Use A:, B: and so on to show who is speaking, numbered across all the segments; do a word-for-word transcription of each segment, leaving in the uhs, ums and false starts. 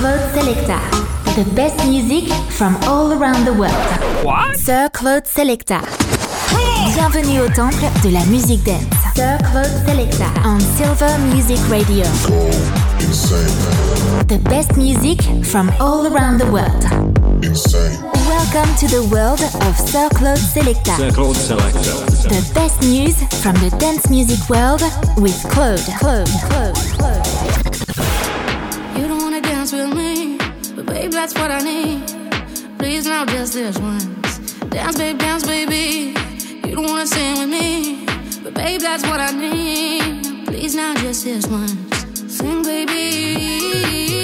A: Claude Selecta. The best music from all around the world.
B: What?
A: Sir Claude Selecta. Bienvenue au temple de la musique dance. Sir Claude Selecta on Silver Music Radio.
C: Go insane.
A: The best music from all around the world.
C: Insane.
A: Welcome to the world of Sir Claude Selecta.
B: Sir Claude Selecta.
A: The best news from the dance music world with Claude. Claude. Claude. Claude.
D: You don't wanna dance with me, but babe, that's what I need. Please now, just this once. Dance, babe, dance, baby. You don't wanna sing with me, but babe, that's what I need. Please now, just this once. Sing, baby.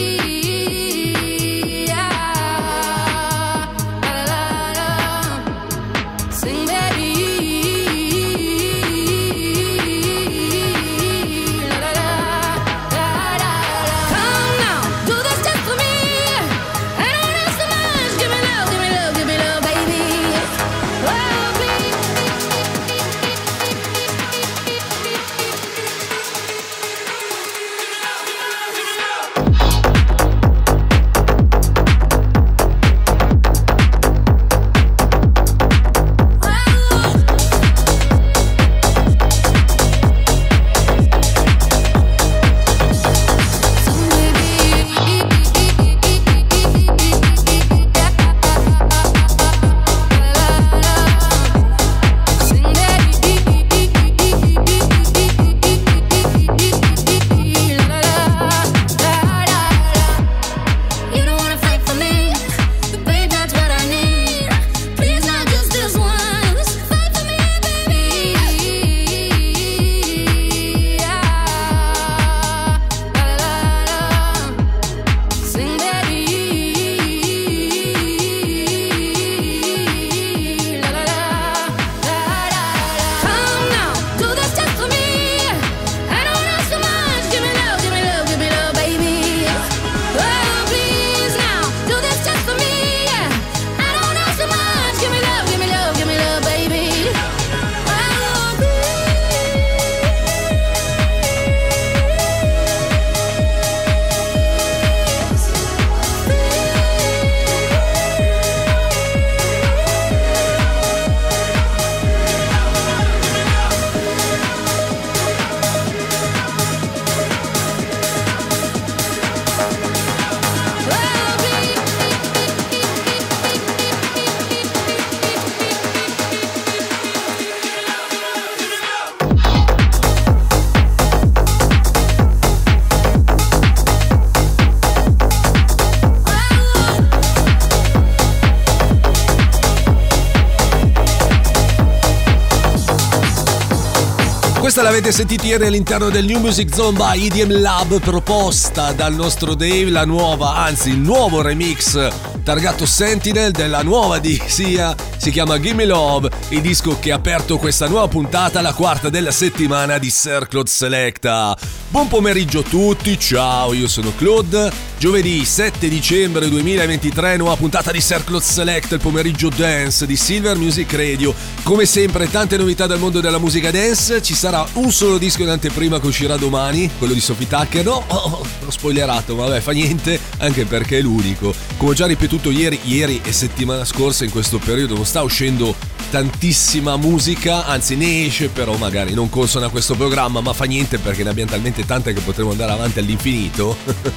E: Questa l'avete sentita ieri all'interno del New Music Zone by E D M Lab, proposta dal nostro Dave, la nuova, anzi il nuovo remix targato Sentinel della nuova di Sia, si chiama Gimme Love, il disco che ha aperto questa nuova puntata, la quarta della settimana di Sir Claude Selecta. Buon pomeriggio a tutti, ciao, io sono Claude. Giovedì sette dicembre duemilaventitré, nuova puntata di Sir Claude Selecta, il pomeriggio dance di Silver Music Radio. Come sempre tante novità dal mondo della musica dance, ci sarà un solo disco in anteprima che uscirà domani, quello di Sophie Tucker. No, oh, oh, l'ho spoilerato, ma vabbè, fa niente, anche perché è l'unico. Come ho già ripetuto ieri, ieri e settimana scorsa, in questo periodo non sta uscendo tantissima musica, anzi ne esce, però magari non consona a questo programma, ma fa niente perché ne abbiamo talmente tante che potremo andare avanti all'infinito.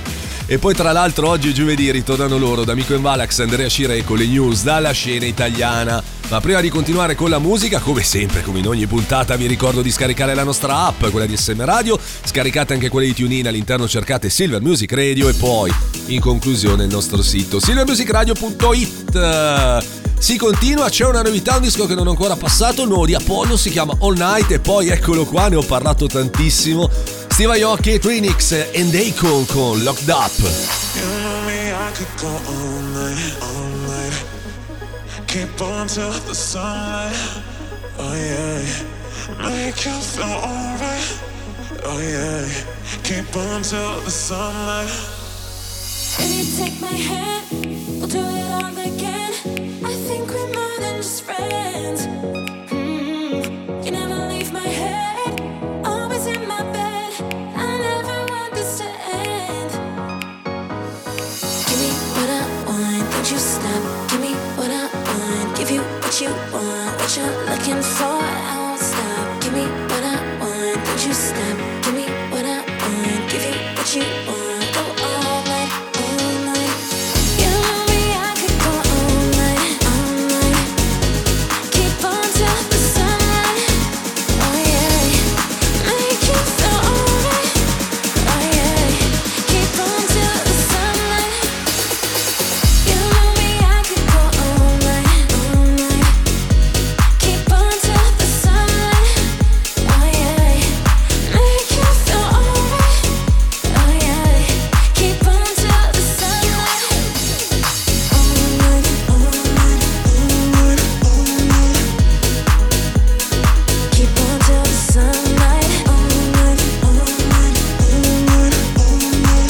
E: E poi tra l'altro oggi è giovedì, ritornano loro, D'Amico e Valax, Andrea Scirè con le news dalla scena italiana. Ma prima di continuare con la musica, come sempre, come in ogni puntata, vi ricordo di scaricare la nostra app, quella di S M Radio, scaricate anche quella di TuneIn, all'interno cercate Silver Music Radio e poi, in conclusione, il nostro sito silver music radio punto it. Si continua, c'è una novità, un disco che non ho ancora passato, nuovo di Apollo, si chiama All Night e poi eccolo qua, ne ho parlato tantissimo. Steve Aoki e Trinix and Akon con Locked Up.
F: You know me, I could go all night, all night. Keep on till the sunlight. Oh yeah, make you feel alright. Oh yeah, keep on till the sunlight.
D: Can you take my hand? We'll do it all again. I think we're more than just friends. Mm-hmm. You never leave my head, always in my bed. I never want this to end. you want, what you're looking for. I won't stop. Give me what I want. Don't you stop. Give me what I want. Give you what you want. Go all night, all night. You know me, I could go all night, all night. Keep on till the sunlight. Oh yeah, make you feel alright. Oh yeah, keep on till the sunlight. You know me, I could go all night, all night. Keep on till the sunlight. Oh yeah, make you feel alright. Oh yeah, keep on till the sunlight. All night, all night, all night, all night. Keep on till the sunlight. All night, all night, all night, all night.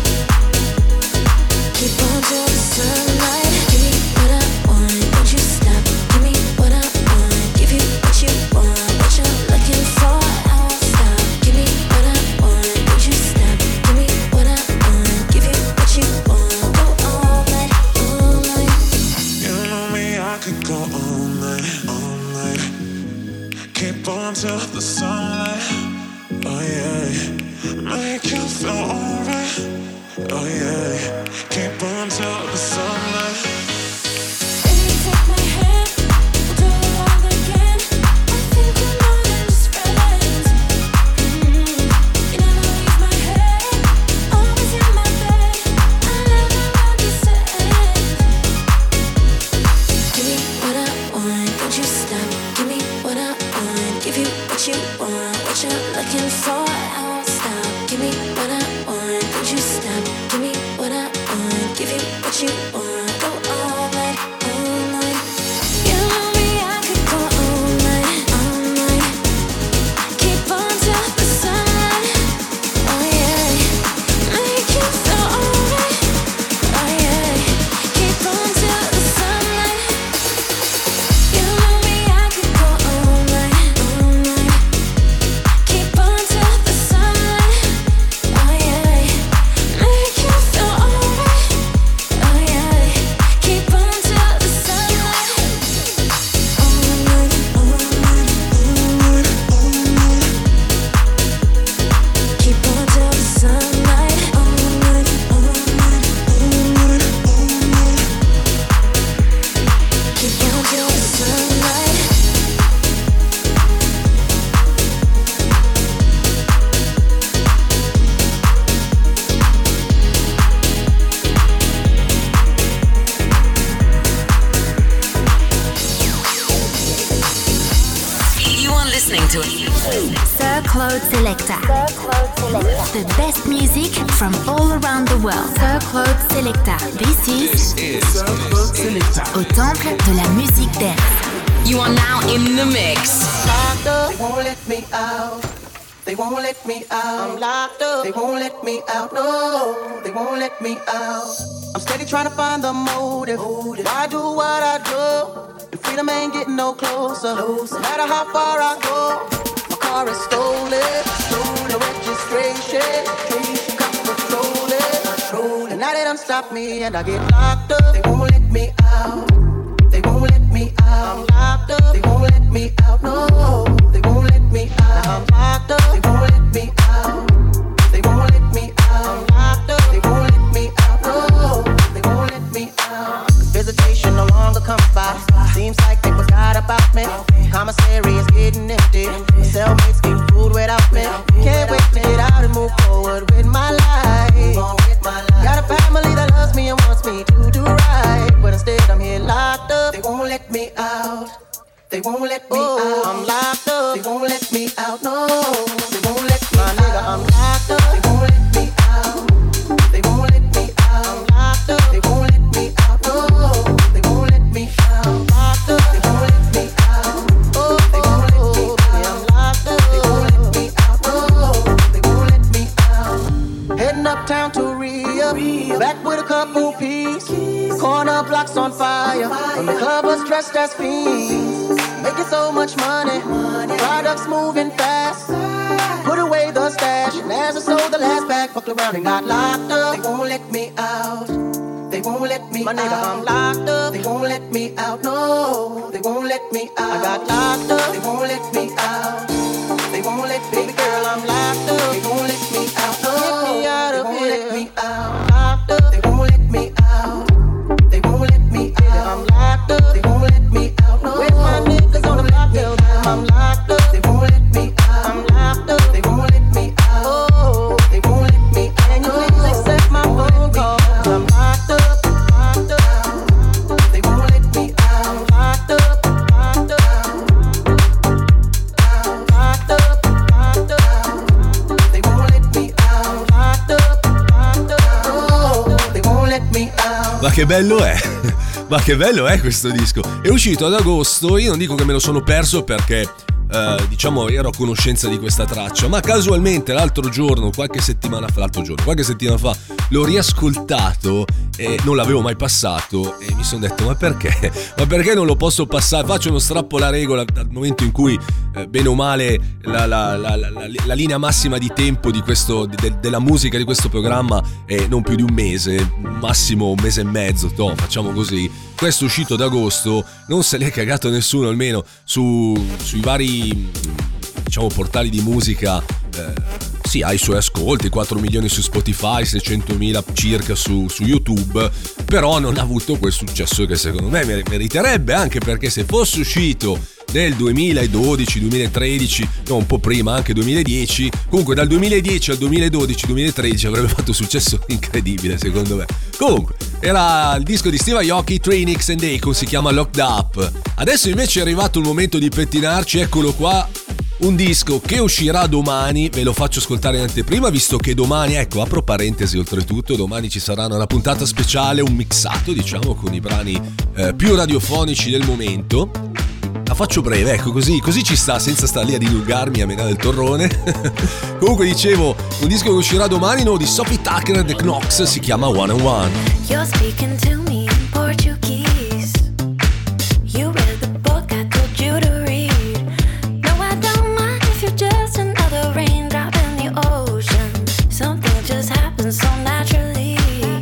D: Keep on till the sunlight. Give me what I want. Don't you stop. Give me what I want. Give you what you want. What you're looking for. I won't stop. Give me what I want. Don't you stop. Give me what I want. Give you what you want. Go all night, all night.
F: You know me, I could go all night, all night. Keep on till the sunlight. Oh yeah, make you feel alright. Oh yeah, keep on till the sunlight.
D: Baby, take my hand. We'll do it all again. I think we're more than just friends. Mm-hmm. You never leave my head. Always in my bed. I never understand. Give me what I want. Don't you stop. Give me what I want. Give you what you want. What you're looking for. I won't stop. Give me what I want. Don't you stop. Give me what I want. Give you what you want. Go all night, all night. You know me, I could go all night, all night. Keep on till the sunlight. Oh yeah, make you feel alright. Oh yeah, keep on till the sunlight. You know me, I could go all night, all night. Keep on till the sunlight. Oh yeah, make you feel alright. Oh yeah, keep on till the sunlight. All night, all night, all night, all night. Keep on till the sunlight. All night, all night, all night, all night. Keep on till the sunlight.
B: You are listening to
A: Sir Claude Selecta. The best music from all around the world. Sir Claude Selecta. This is au temple de la musique dance.
B: You are now in the mix.
G: Locked up, they won't let me out. They won't let me out. I'm locked up, they won't let me out. No, they won't let me out. I'm steady trying to find the motive. Why do what I do? And freedom ain't getting no closer. No matter how far I go, my car is stolen. No registration, cops patrolling. And now they done stop me and I get locked up. They won't let me out. They won't let me out. I'm locked up. They won't let me out. No, they won't let me out. I'm locked up. They won't let me out. They won't let me out. I'm locked up. They won't let me out. No, they won't let me out. Visitation no longer comes by. Seems like they forgot about me. Commissary is getting empty. Cellmates get food without me. Can't wait to get out and move forward with my life. Got a family that loves me and wants me to do right, but instead I'm here locked up. They won't let me out. They won't let me oh, out. I'm locked up. They won't let me out. No, they won't let me my nigga. I'm locked up. They won't let me out. They won't let me out. I'm locked up. They won't let me out. No, they won't let me out. I'm locked up. They won't let me out. Oh, they won't let me out. I'm locked up. They won't let me out. No, they won't let me out. Heading uptown to Rio, back with a couple peas. The corner blocks on fire. When the club was dressed as fiends, making so much money. Products moving fast. Put away the stash, and as I sold the last bag, fucked around and got locked up. They won't let me out. They won't won't let me out. My nigga, I'm locked up. They won't let me out. No, they won't let me out. I got locked up. They won't let me out. They won't let me, baby girl, I'm locked up. They won't let me out. No, get me out of here. They won't let me out. Locked up. They won't let me out. They won't let me out. I'm locked up. They won't let me out. No, where's my niggas on the block? I'm locked up. They won't let me out. I'm locked up. They won't let me out. Oh, they won't let me out. And you please accept my phone call. I'm locked up. Locked up. They won't let me out. I'm locked up. Locked up. Locked up. Locked up. They won't let me out. Locked up. Locked up. Oh, they won't let me out.
E: Ma che bello è! Ma che bello è questo disco! È uscito ad agosto, io non dico che me lo sono perso perché Uh, diciamo ero a conoscenza di questa traccia, ma casualmente l'altro giorno, qualche settimana fa, l'altro giorno, qualche settimana fa l'ho riascoltato e non l'avevo mai passato e mi sono detto ma perché? Ma perché non lo posso passare? Faccio uno strappo alla regola dal momento in cui eh, bene o male la, la, la, la, la linea massima di tempo di questo, de, della musica di questo programma è non più di un mese, massimo un mese e mezzo, toh, facciamo così. Questo è uscito ad agosto, non se l'è cagato nessuno, almeno su, sui vari, diciamo, portali di musica. Eh, sì, ha i suoi ascolti, quattro milioni su Spotify, seicentomila circa su, su YouTube, però non ha avuto quel successo che secondo me meriterebbe, anche perché se fosse uscito nel duemiladodici duemilatredici, no, un po' prima, anche duemiladieci, comunque dal duemiladieci al duemiladodici duemilatredici avrebbe fatto un successo incredibile secondo me. Comunque era il disco di Steve Aoki, Three Nicks and Akon, si chiama Locked Up. Adesso invece è arrivato il momento di pettinarci, eccolo qua, un disco che uscirà domani, ve lo faccio ascoltare in anteprima visto che domani, ecco, apro parentesi, oltretutto domani ci sarà una puntata speciale, un mixato diciamo con i brani eh, più radiofonici del momento. La faccio breve, ecco, così, così ci sta, senza stare lì a dilungarmi a menare il torrone. Comunque dicevo, un disco che uscirà domani, no, di Sophie Tucker e The Knox, si chiama One on One.
H: You're speaking to me in Portuguese. You read the book I told you to read. No, I don't mind if you're just another raindrop in the ocean. Something just happens so naturally.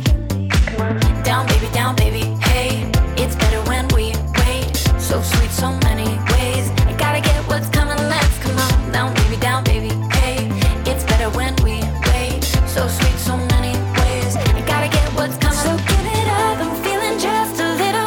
H: Down, baby, down, baby, hey. It's better when we wait. So sweet, so many ways. I gotta get what's coming, let's come on. Down, baby, down, baby, hey. It's better when we wait. So sweet, so many ways. I gotta get what's coming. So give it up, I'm feeling just a little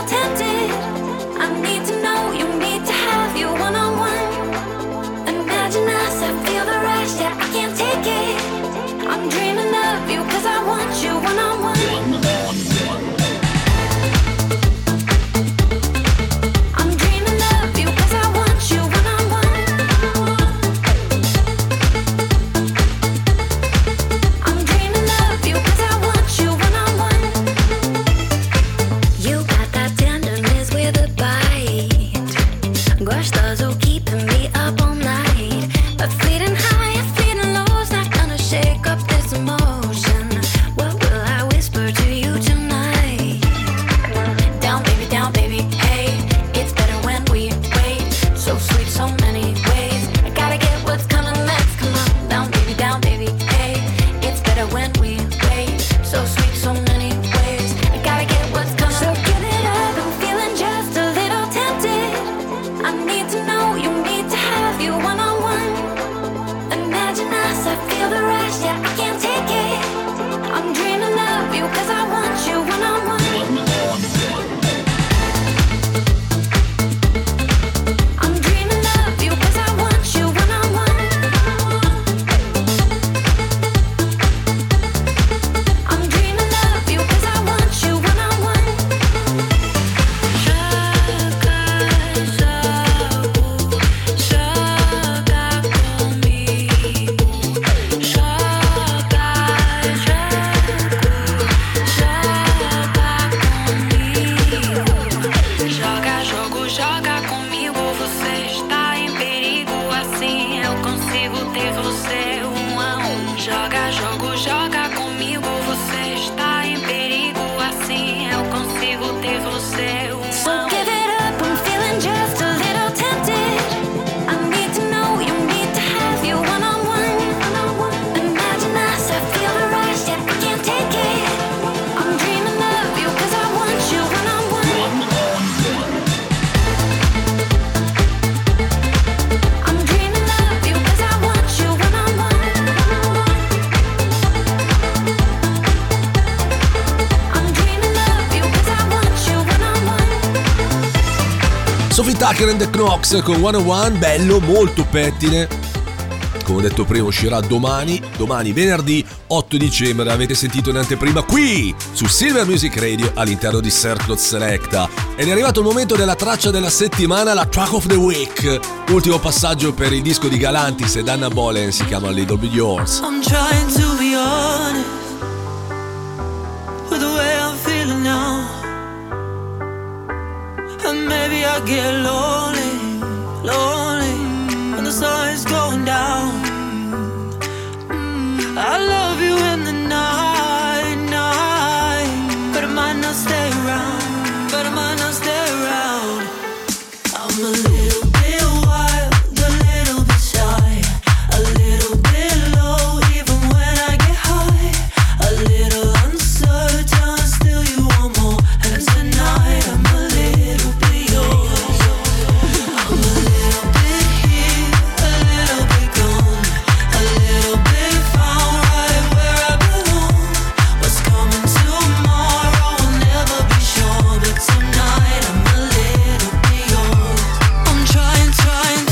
E: Tucker and the Knox con centouno, bello, molto pettine. Come ho detto prima, uscirà domani, domani venerdì otto dicembre, avete sentito in anteprima qui su Silver Music Radio all'interno di Circle Selecta. Ed è arrivato il momento della traccia della settimana, la Track of the Week. Ultimo passaggio per il disco di Galantis e Danna Bolen, si chiama Little Bit Yours.
I: I'm trying to be honest with the way I'm feeling now. And maybe I get lonely, lonely when the sun is going down. Mm, I love you in the night, night, but I might not stay around, but I might not stay around. I'm a little bit wild, a little bit shy, a little bit low, even when I get high, a little uncertain, still you want more, and tonight I'm a little bit yours. I'm a little bit here, a little bit gone, a little bit found right where I belong. What's coming tomorrow will never be sure, but tonight I'm a little bit yours. I'm trying, trying.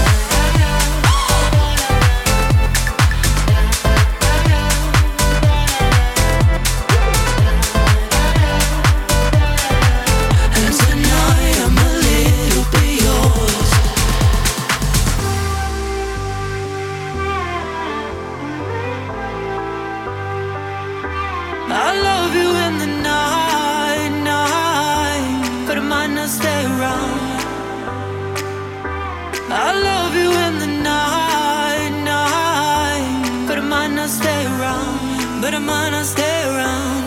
I: And tonight I'm a little bit yours. I love you in the night, night, but I might not stay around. I love you in the night, night, but I might not stay around, but I might not stay around.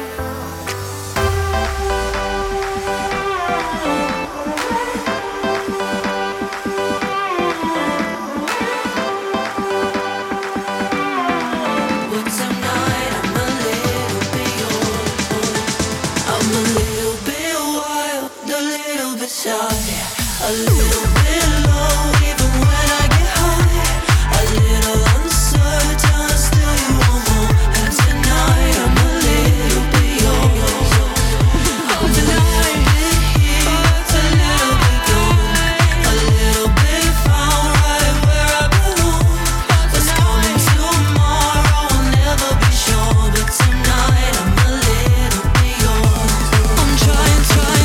I: But tonight I'm a little bit yours. I'm a little bit wild, a little bit shy, a little bit low, even when I get high, a little uncertain, still you want more, and tonight I'm a little bit yours. I'm a little bit here, a little bit gone, a little bit found right where I belong. What's coming tomorrow will never be sure, but tonight I'm a little bit yours. I'm trying, trying.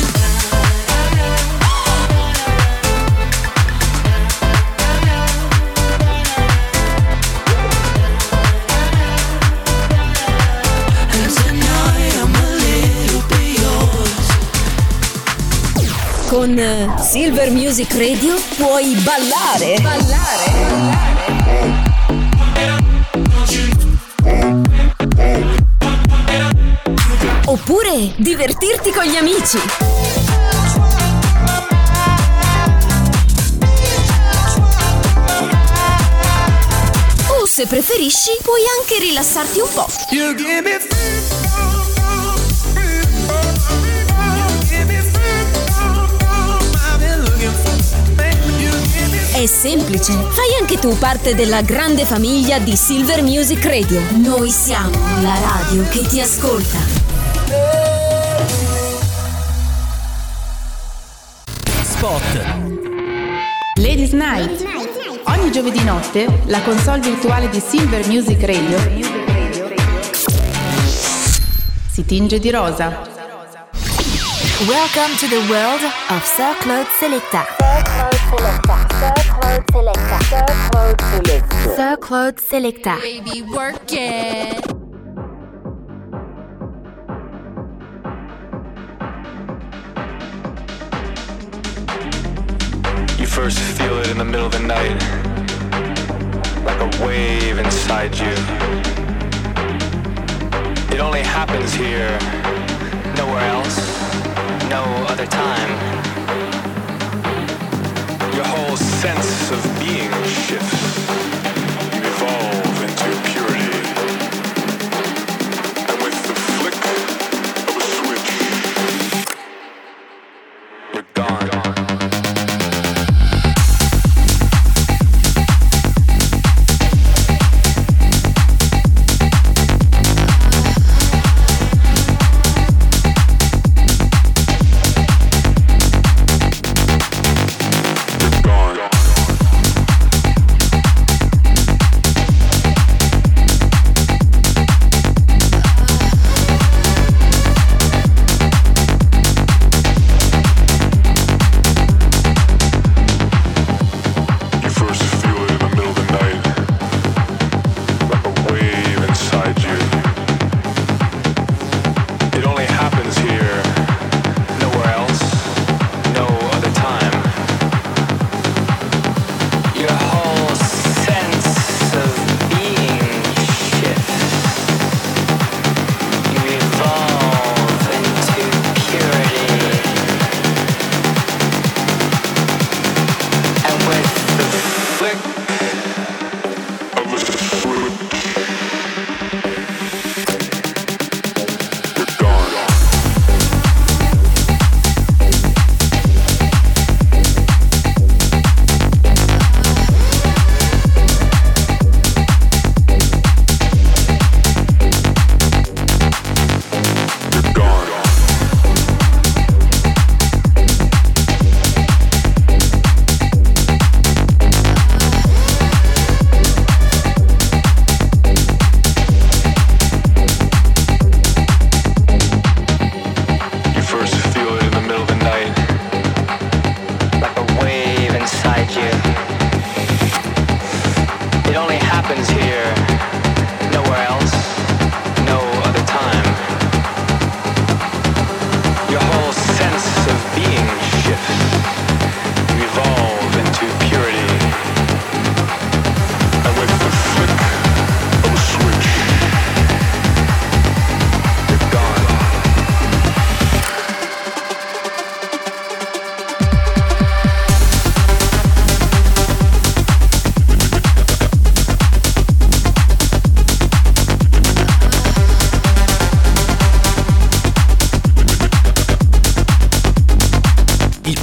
I: And tonight I'm a little bit yours.
J: Con eh, Silver Music Radio puoi ballare. Ballare. Oppure divertirti con gli amici. O se preferisci, puoi anche rilassarti un po'.
I: You give me
J: È semplice, fai anche tu parte della grande famiglia di Silver Music Radio. Noi siamo la radio che ti ascolta.
K: Spot.
L: Ladies Night. Ogni giovedì notte la console virtuale di Silver Music Radio si tinge di rosa.
A: Welcome to the world of Sir Claude Selecta. Sir Claude Selecta.
D: Baby, work it.
M: You first feel it in the middle of the night, like a wave inside you. It only happens here, nowhere else, no other time. Your whole sense of being shifts. You evolve into purity. And with the flick of a switch, you're gone.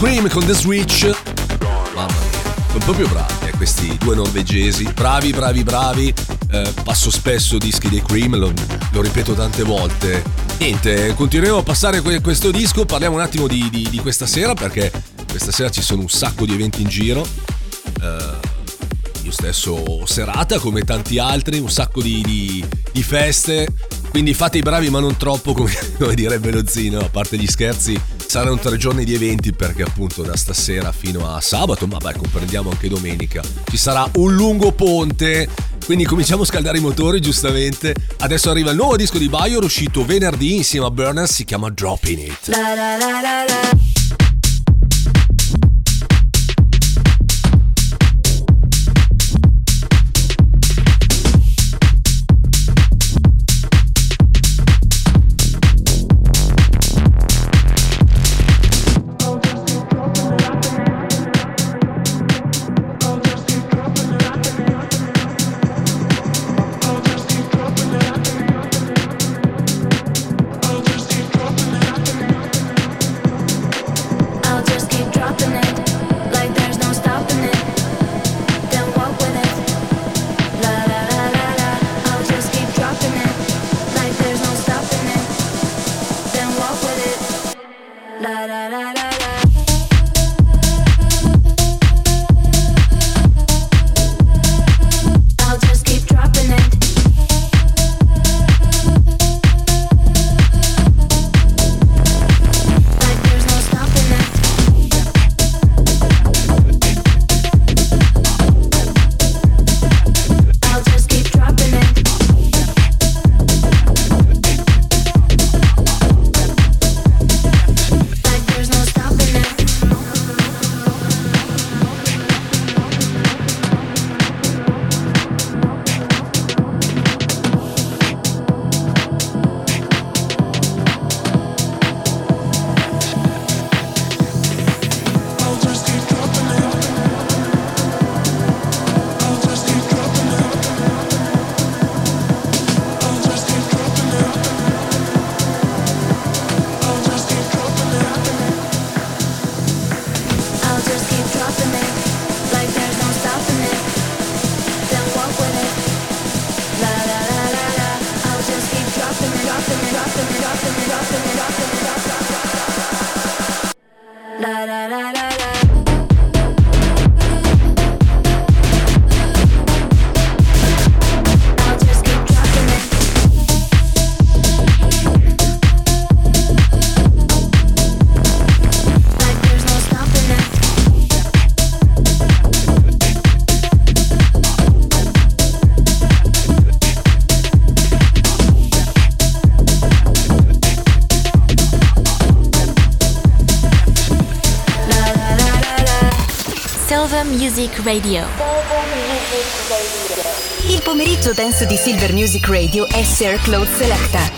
E: Cream con The Switch. Mamma mia, sono proprio bravi eh, questi due norvegesi. Bravi, bravi, bravi. Eh, passo spesso dischi dei Cream, lo, lo ripeto tante volte. Niente, continueremo a passare questo disco. Parliamo un attimo di, di, di questa sera, perché questa sera ci sono un sacco di eventi in giro. Eh, io stesso ho serata come tanti altri, un sacco di, di, di feste. Quindi fate i bravi ma non troppo, come, come direbbe lo Zino. A parte gli scherzi, saranno tre giorni di eventi, perché appunto da stasera fino a sabato, ma beh, comprendiamo anche domenica, ci sarà un lungo ponte. Quindi cominciamo a scaldare i motori, giustamente. Adesso arriva il nuovo disco di Bayor, uscito venerdì insieme a Burners, si chiama Dropping It.
H: La la la la la.
A: Music Radio.
J: Il pomeriggio dance di Silver Music Radio è Sir Claude Selecta.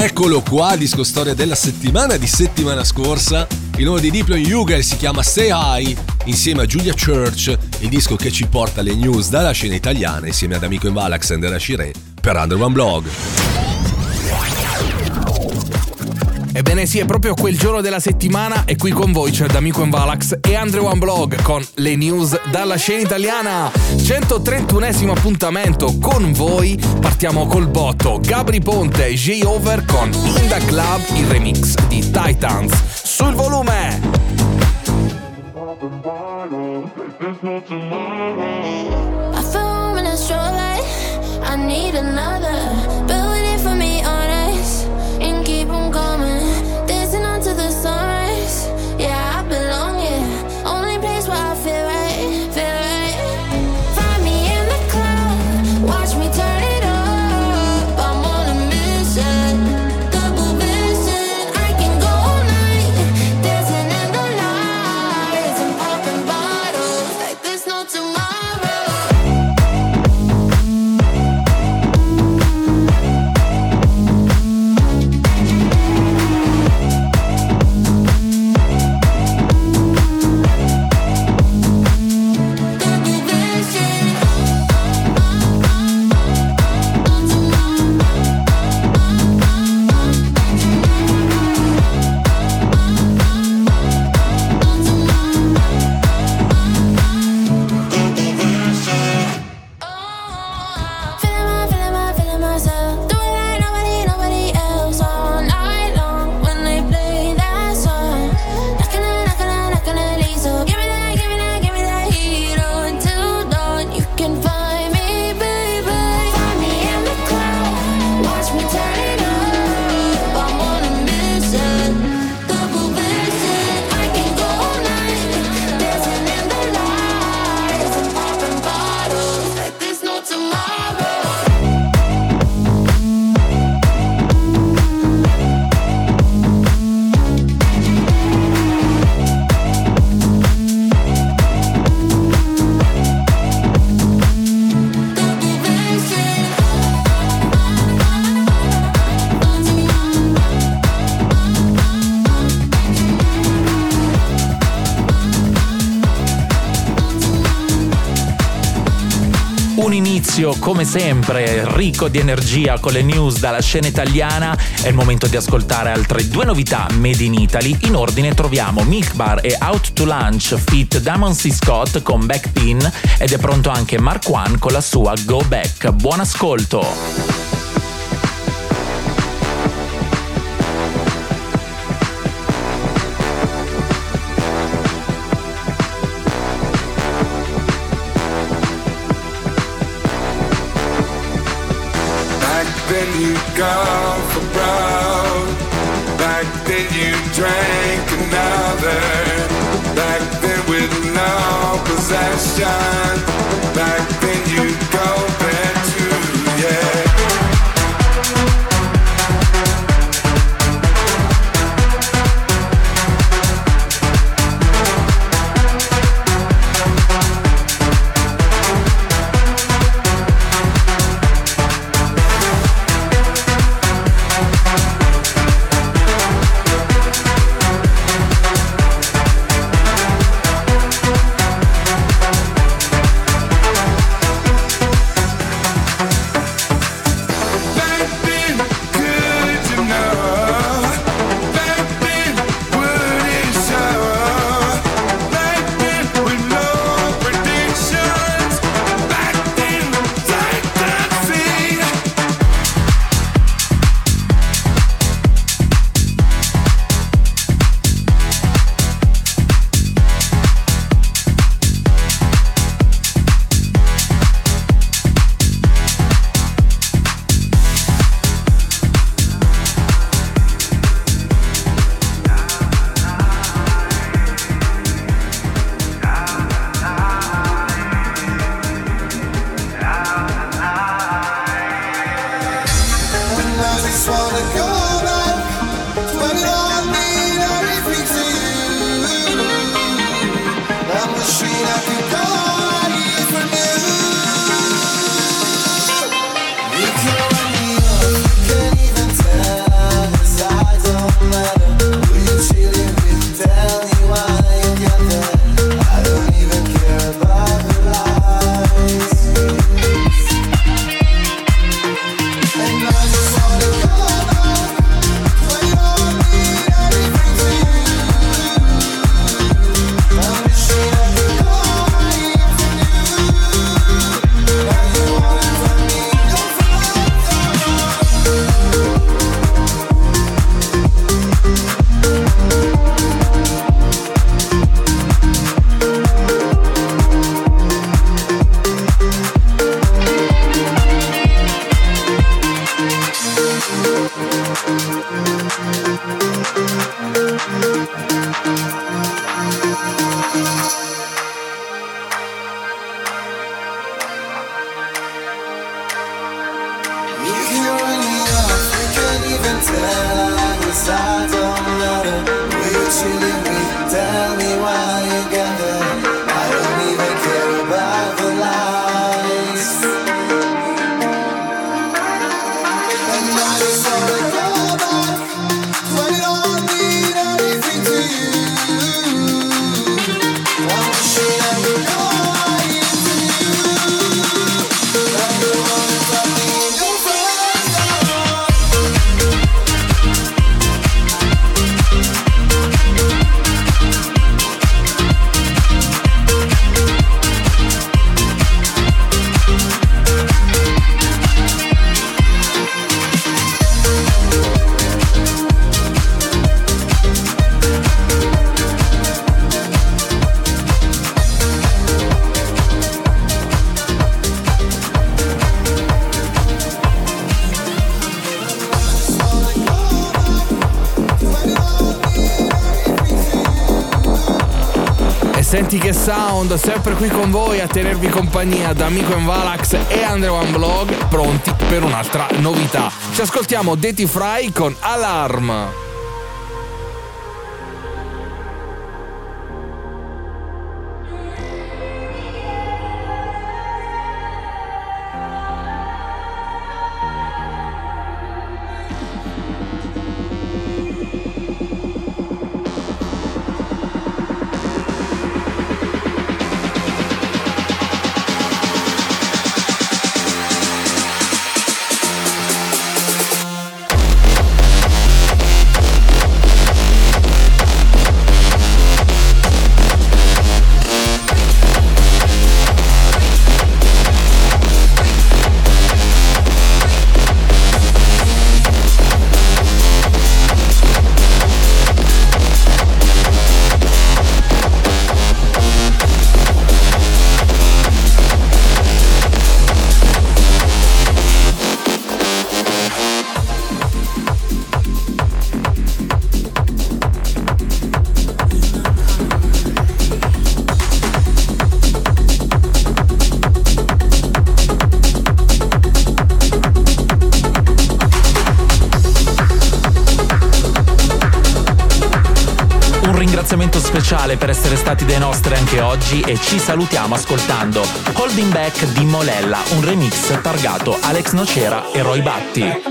E: Eccolo qua, disco storia della settimana di settimana scorsa. Il nuovo di Diplo Yuga si chiama Say Hi insieme a Julia Church, il disco che ci porta le news dalla scena italiana insieme ad Amico Invalax e Rashire per Under One Blog.
N: Ebbene sì, è proprio quel giorno della settimana e qui con voi c'è D'Amico Invalax e Andre One Blog con le news dalla scena italiana. centotrentunesimo appuntamento con voi, partiamo col botto. Gabri Ponte, J-Over con In The Club, il remix di Titans. Sul volume!
D: I feel in a stroll light, I need another. Build it for me on ice and keep on coming. Dancing onto the sunrise. Yeah, I belong here. Only place where I feel right, feel right. Find me in the club, watch me turn it up. I'm on a mission, double vision. I can go all night, dancing in the lights and popping bottles like there's no tomorrow.
K: Un inizio come sempre ricco di energia con le news dalla scena italiana. È il momento di ascoltare altre due novità made in Italy. In ordine troviamo Milk Bar e Out to Lunch feat. Damon C. Scott con Backpin ed è pronto anche Mark One con la sua Go Back. Buon ascolto.
F: Then you go for brown. Back then you drank another. Back then with no possession. Back then you go back to, yeah.
N: Senti che sound, sempre qui con voi a tenervi compagnia da Miko and Valax e Andre One Blog, pronti per un'altra novità. Ci ascoltiamo Dirty Fry con Alarm.
K: ringraziamento speciale per essere stati dei nostri anche oggi e ci salutiamo ascoltando Holding Back di Molella, un remix targato Alex Nocera e Roy Batty.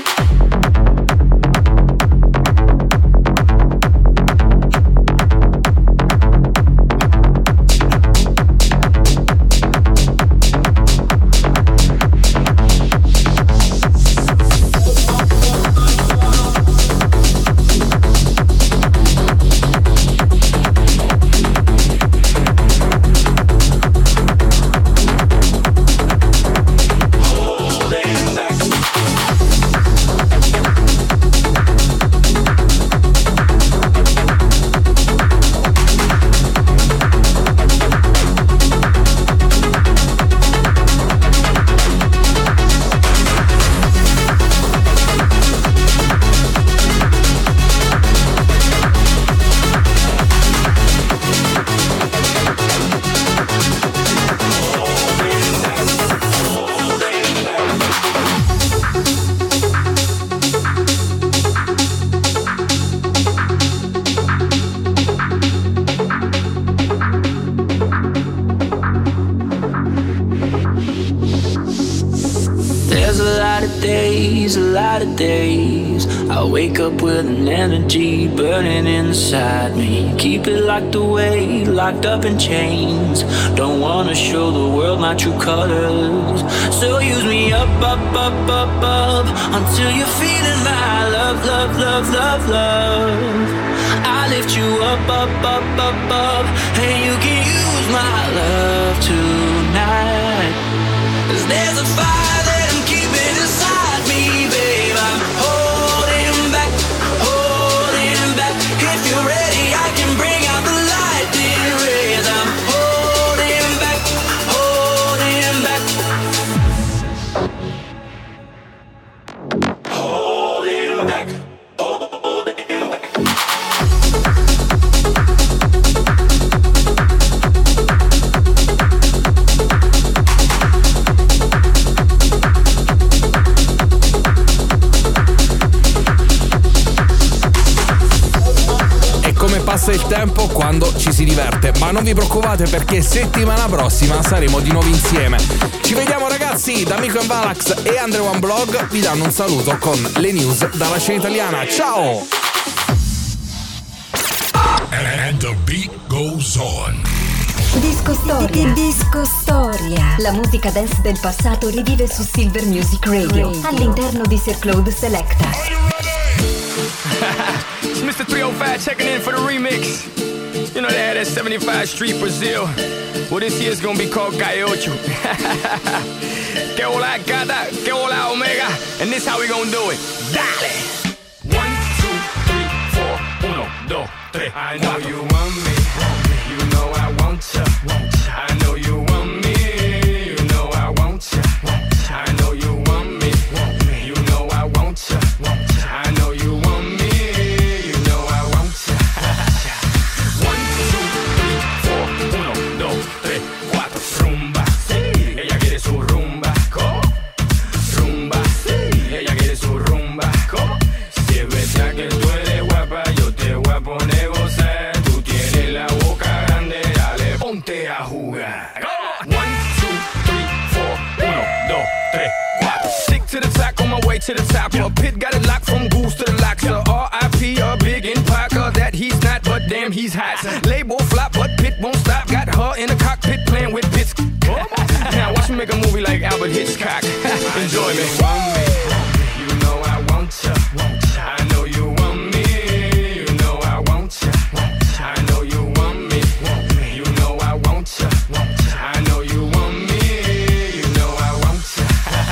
O: Days, a lot of days I wake up with an energy burning inside me. Keep it locked away, locked up in chains. Don't wanna show the world my true colors. So use me up, up, up, up, up until you're feeling my love, love, love, love, love. I lift you up, up, up, up, up, and you can use my love tonight. 'Cause there's a fire that I'm keeping inside me, babe. I'm holding back, holding back. If you're ready, I can bring out the lightning rays. I'm holding back, holding back, holding back, holding back.
N: passa il tempo quando ci si diverte. Ma non vi preoccupate perché settimana prossima saremo di nuovo insieme. Ci vediamo ragazzi, da Miko and Valax e Andre One Blog vi danno un saluto con le news dalla scena italiana. Ciao!
P: And the beat goes on.
J: Disco Storia. Disco Storia. La musica dance del passato rivive su Silver Music Radio, Radio. all'interno di Sir Claude Selecta.
Q: It's mister three oh five checking in for the remix. You know they had that seventy-five Street Brazil. Well, this year's gonna be called Gaiocho. Que hola gata, que hola omega. And this how we gonna do it. Dale! One, two, three, four. Uno, dos, tres. I know you want me. You know I want ya. I know you want me. You know I want ya. I know you want me. You know I want ya. I know you want me. You know I want ya. One, two, three, four. Uno, dos, tres, cuatro. Rumba, sí. Ella quiere su rumba. ¿Cómo? Rumba, sí. Ella quiere su rumba. ¿Cómo? Si es verdad que tú eres guapa, yo te voy a poner gozar. Tú tienes la boca ponte a jugar. One, two, three, four. Uno, dos, tres, cuatro. Stick to the top, on my way to the top. A pit got it locked from goose to the locks. R I P a big in Parker that he's not, but damn he's hot. Label flop, but Pit won't stop. Got her in the cockpit playing with bits. Now watch me make a movie like Albert Hitchcock. Enjoy me. You know I want ya. I know you want me. You know I want ya. I know you want me. You know I want ya. I know you want me. You know I want ya.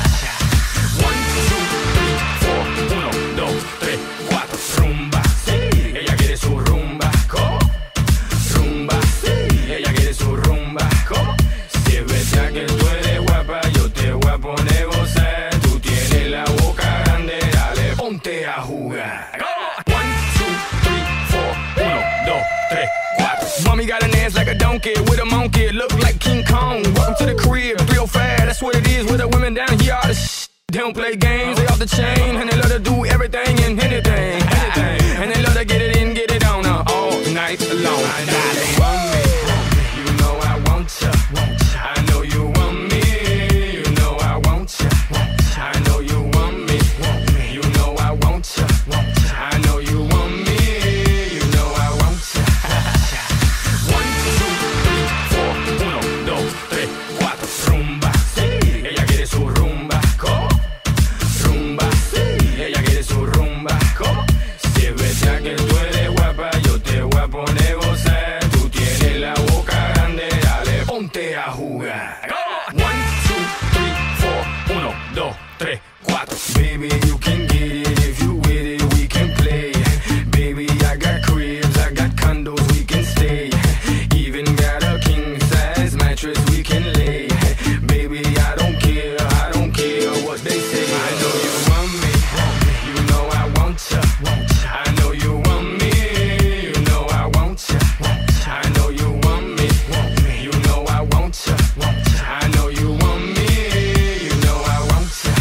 Q: One, two, three, four. Uno, dos, tres, cuatro. Rumba, sí. Ella quiere su rumba. ¿Cómo? Rumba, sí. Ella quiere su rumba. ¿Cómo? Si es verdad que tú eres guapa, yo te voy a poner gozar. Tú tienes la boca grande, dale, ponte a jugar. One, two, three, four. Uno, dos, tres, cuatro. Mommy got an ass like a donkey with a monkey, look like King Kong. Welcome to the crib, three oh five, that's what it is with the women down here. All the sh- they don't play games, they off the chain, and they love to do everything and anything, anything. And they love to get it in, get it on uh, all night long. I know you want me, you know I want ya. I know you want me, you know I want ya. I know you want me, you know I want ya. I know you want me, you know I want ya. One, two, three, four. Uno, dos, tres, cuatro. Rumba, sí. Ella quiere su rumba. ¿Cómo? Rumba, sí. Ella quiere su rumba. ¿Cómo? Si es verdad que tú eres guapa, yo te voy a poner gozar. Tú tienes la boca grande, dale, ponte a jugar. One, two, three, four. Uno, dos, tres, cuatro. Baby, you can get it if you with it, we can play. Baby, I got cribs, I got condos, we can stay. Even got a king size mattress we can lay. Baby, I don't care, I don't care what they say. I know you want me, you know I want ya. I know you want me, you know I want ya. I know you want me, you know I want ya. I know you want me, you know I want ya.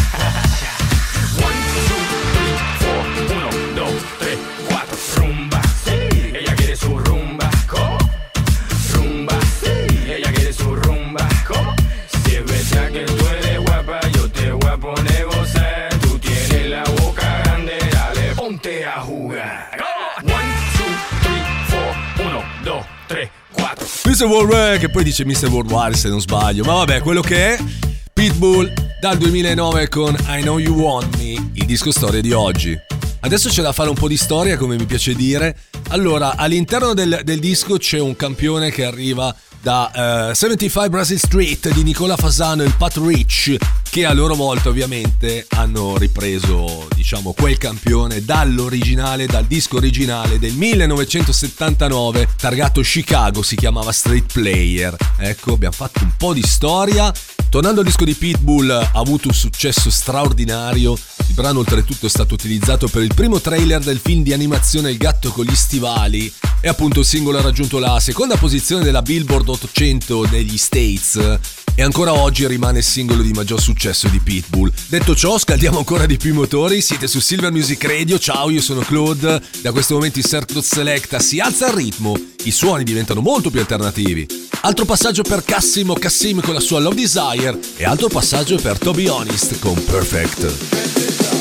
Q: One, two, three, four. Uno, dos, tres, cuatro. Rumba, sí. Ella quiere su rumba. ¿Cómo? Rumba, sí. Ella quiere su rumba. ¿Cómo? Si es verdad que tú eres guapa, yo te voy a poner gozar. Tú tienes la boca grande, dale, ponte a jugar. One, two, three, four. Uno, dos, tres, quattro.
E: mister Worldwide, che poi dice mister Worldwide se non sbaglio, ma vabbè, quello che è. Pitbull dal duemilanove con I Know You Want Me, il disco storia di oggi. Adesso c'è da fare un po' di storia, come mi piace dire. Allora, all'interno del, del disco c'è un campione che arriva da uh, settantacinque Brazil Street di Nicola Fasano e il Pat Rich, che a loro volta ovviamente hanno ripreso, diciamo, quel campione dall'originale, dal disco originale del millenovecentosettantanove, targato Chicago, si chiamava Street Player. Ecco, abbiamo fatto un po' di storia. Tornando al disco di Pitbull, ha avuto un successo straordinario. Il brano oltretutto è stato utilizzato per il primo trailer del film di animazione Il gatto con gli stivali, e appunto il singolo ha raggiunto la seconda posizione della Billboard ottocento negli States e ancora oggi rimane il singolo di maggior successo di Pitbull. Detto ciò, scaldiamo ancora di più i motori, siete su Silver Music Radio, ciao, io sono Claude, da questo momento il Sir Claude Selecta si alza il ritmo, i suoni diventano molto più alternativi. Altro passaggio per Cassimo Cassim con la sua Love Desire e altro passaggio per To Be Honest con Perfect.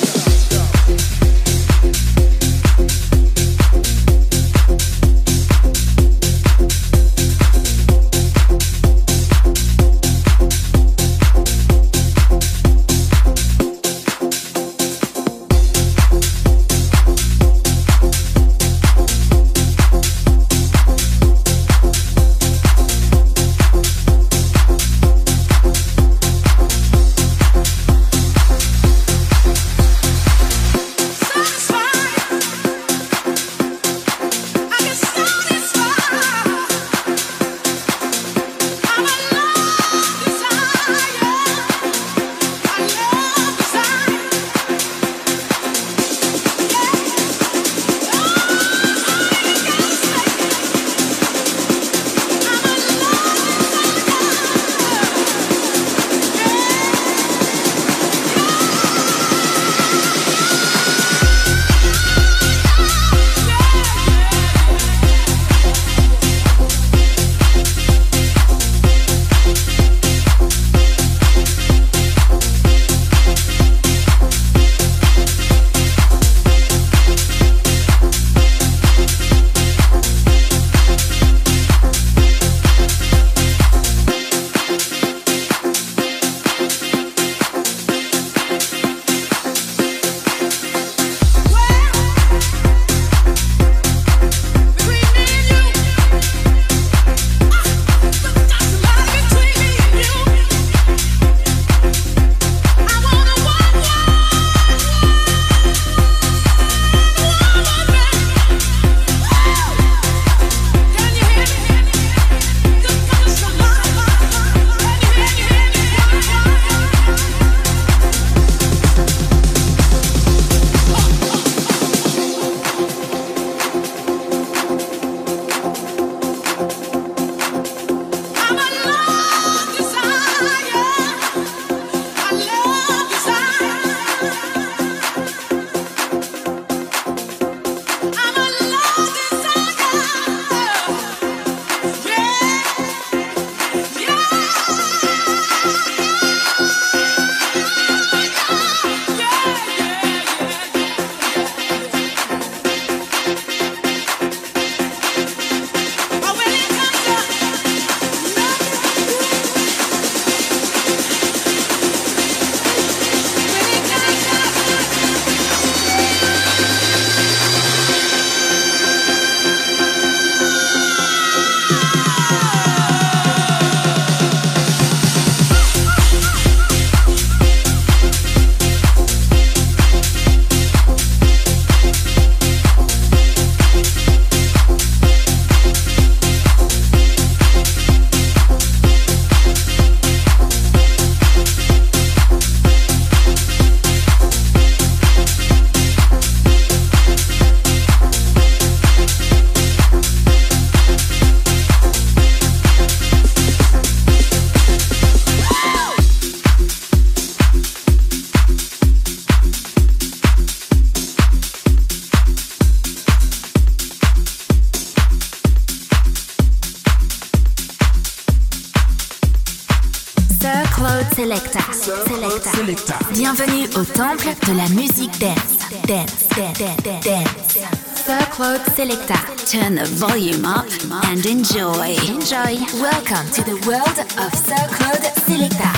A: Selecta. Selecta. Selecta. Bienvenue au temple de la musique dance. Dance, dance, dance, dance. Sir Claude Selecta.
J: Turn the volume up and enjoy.
A: Enjoy. Welcome to the world of Sir Claude Selecta.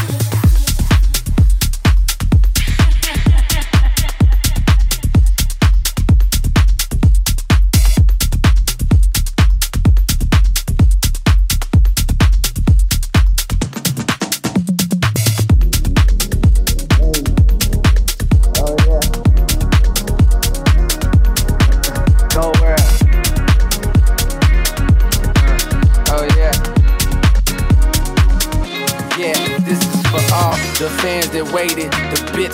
R: This is for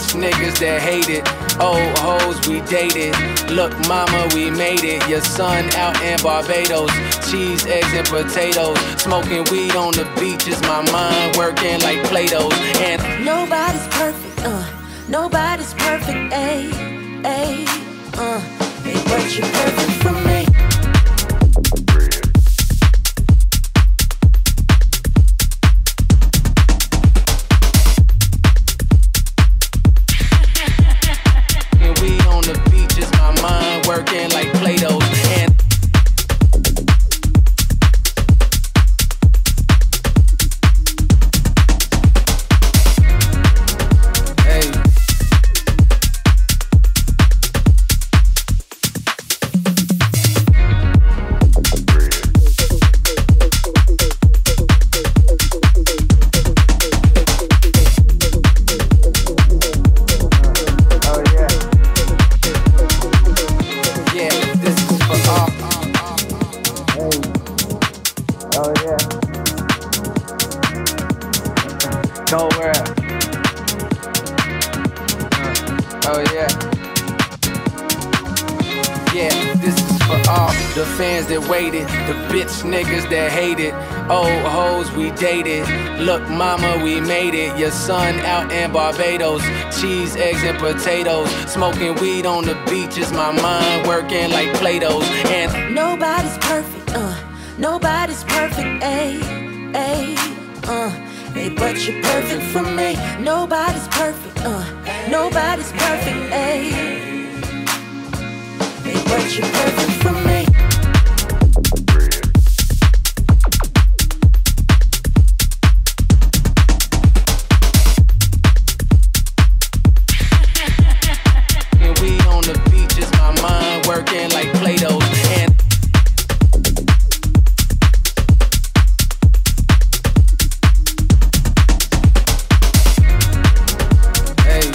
R: bitch niggas that hate it. Old hoes we dated. Look, mama, we made it. Your son out in Barbados. Cheese, eggs, and potatoes. Smoking weed on the beach is my mind working like Play-Doh. And
S: nobody's perfect, uh. Nobody's perfect, ayy, ayy, uh. Hey, but you're perfect for me.
R: Working like Play-Doh and hey. Waited, the bitch niggas that hate it. Old hoes we dated. Look, mama, we made it. Your son out in Barbados. Cheese, eggs, and potatoes. Smoking weed on the beach is my mind working like Play-Doh. And
S: nobody's perfect, uh. Nobody's perfect, ayy, ayy, uh. Hey, but you're perfect for me. Nobody's perfect, uh. Nobody's perfect, ayy. Hey, but you're perfect for me. Working like Play-Doh and hey.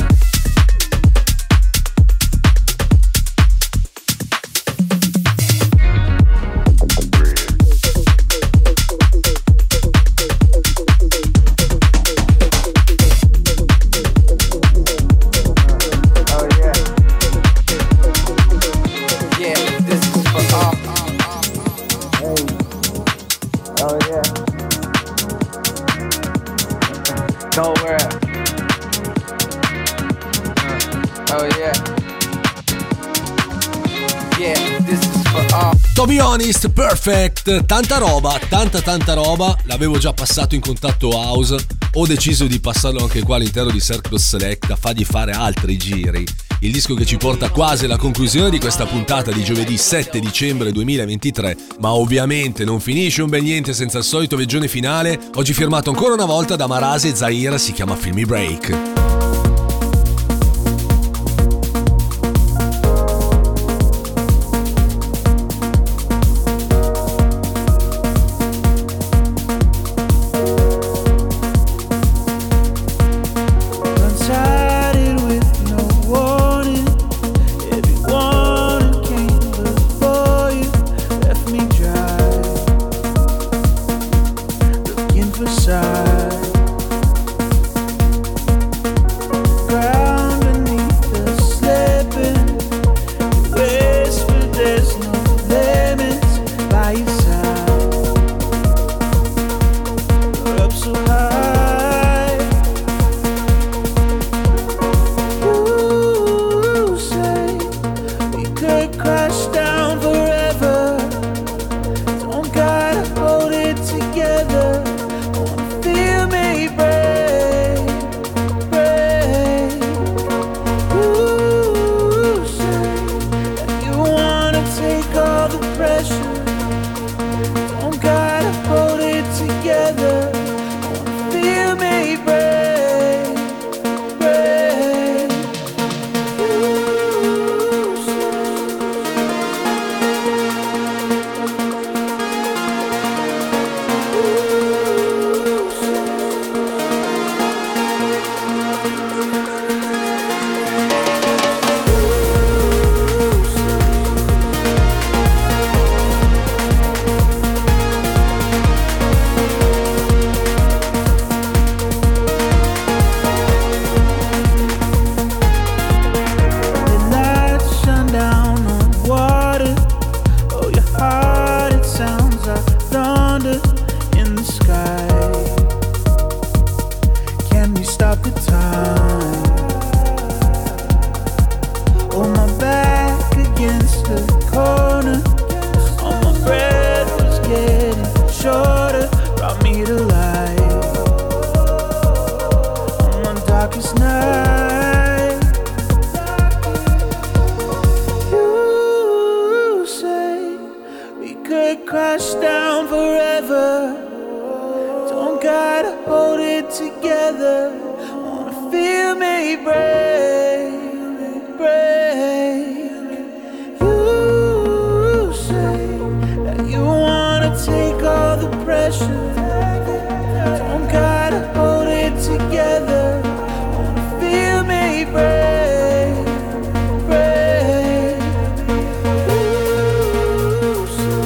E: To be honest, perfect, tanta roba, tanta tanta roba, l'avevo già passato in contatto house, ho deciso di passarlo anche qua all'interno di Circle Selecta, fa di fare altri giri. Il disco che ci porta quasi alla conclusione di questa puntata di giovedì sette dicembre duemilaventitré, ma ovviamente non finisce un bel niente senza il solito veggione finale, oggi firmato ancora una volta da Marasi e Zaire, si chiama Feel Me Break.
T: Side. crash down forever. Don't gotta hold it together. Wanna feel me break, break. You say that you wanna take all the pressure. Don't gotta hold it together. Wanna feel me break, break. You say.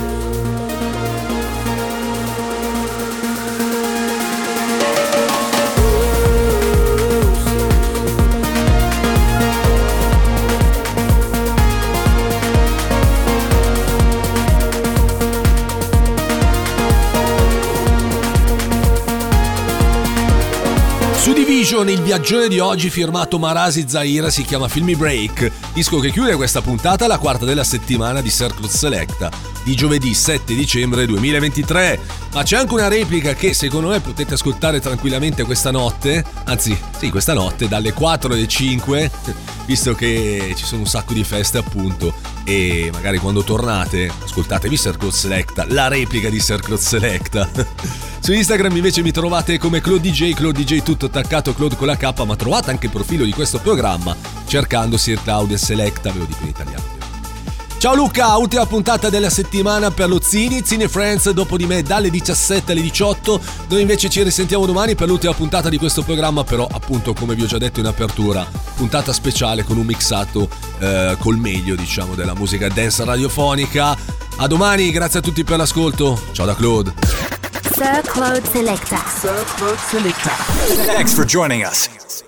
E: Su Division il viaggione di oggi firmato Marasi Zaira si chiama Feel Me Break, disco che chiude questa puntata, la quarta della settimana di Circle Selecta di giovedì sette dicembre duemilaventitré. Ma c'è anche una replica che secondo me potete ascoltare tranquillamente questa notte, anzi sì questa notte dalle quattro alle cinque, visto che ci sono un sacco di feste appunto, e magari quando tornate ascoltatevi Circle Selecta, la replica di Circle Selecta. Su Instagram invece mi trovate come Claude D J, Claude D J tutto attaccato, Claude con la K, ma trovate anche il profilo di questo programma cercando Sir Claude Selecta, ve lo dico in italiano. Ciao Luca, ultima puntata della settimana per lo Zini, Zini Friends, dopo di me dalle diciassette alle diciotto. Noi invece ci risentiamo domani per l'ultima puntata di questo programma, però appunto come vi ho già detto in apertura, puntata speciale con un mixato eh, col meglio diciamo della musica dance radiofonica. A domani, grazie a tutti per l'ascolto, ciao da Claude.
A: Sir Claude Selecta.
U: Sir Claude Selecta. Thanks for joining us.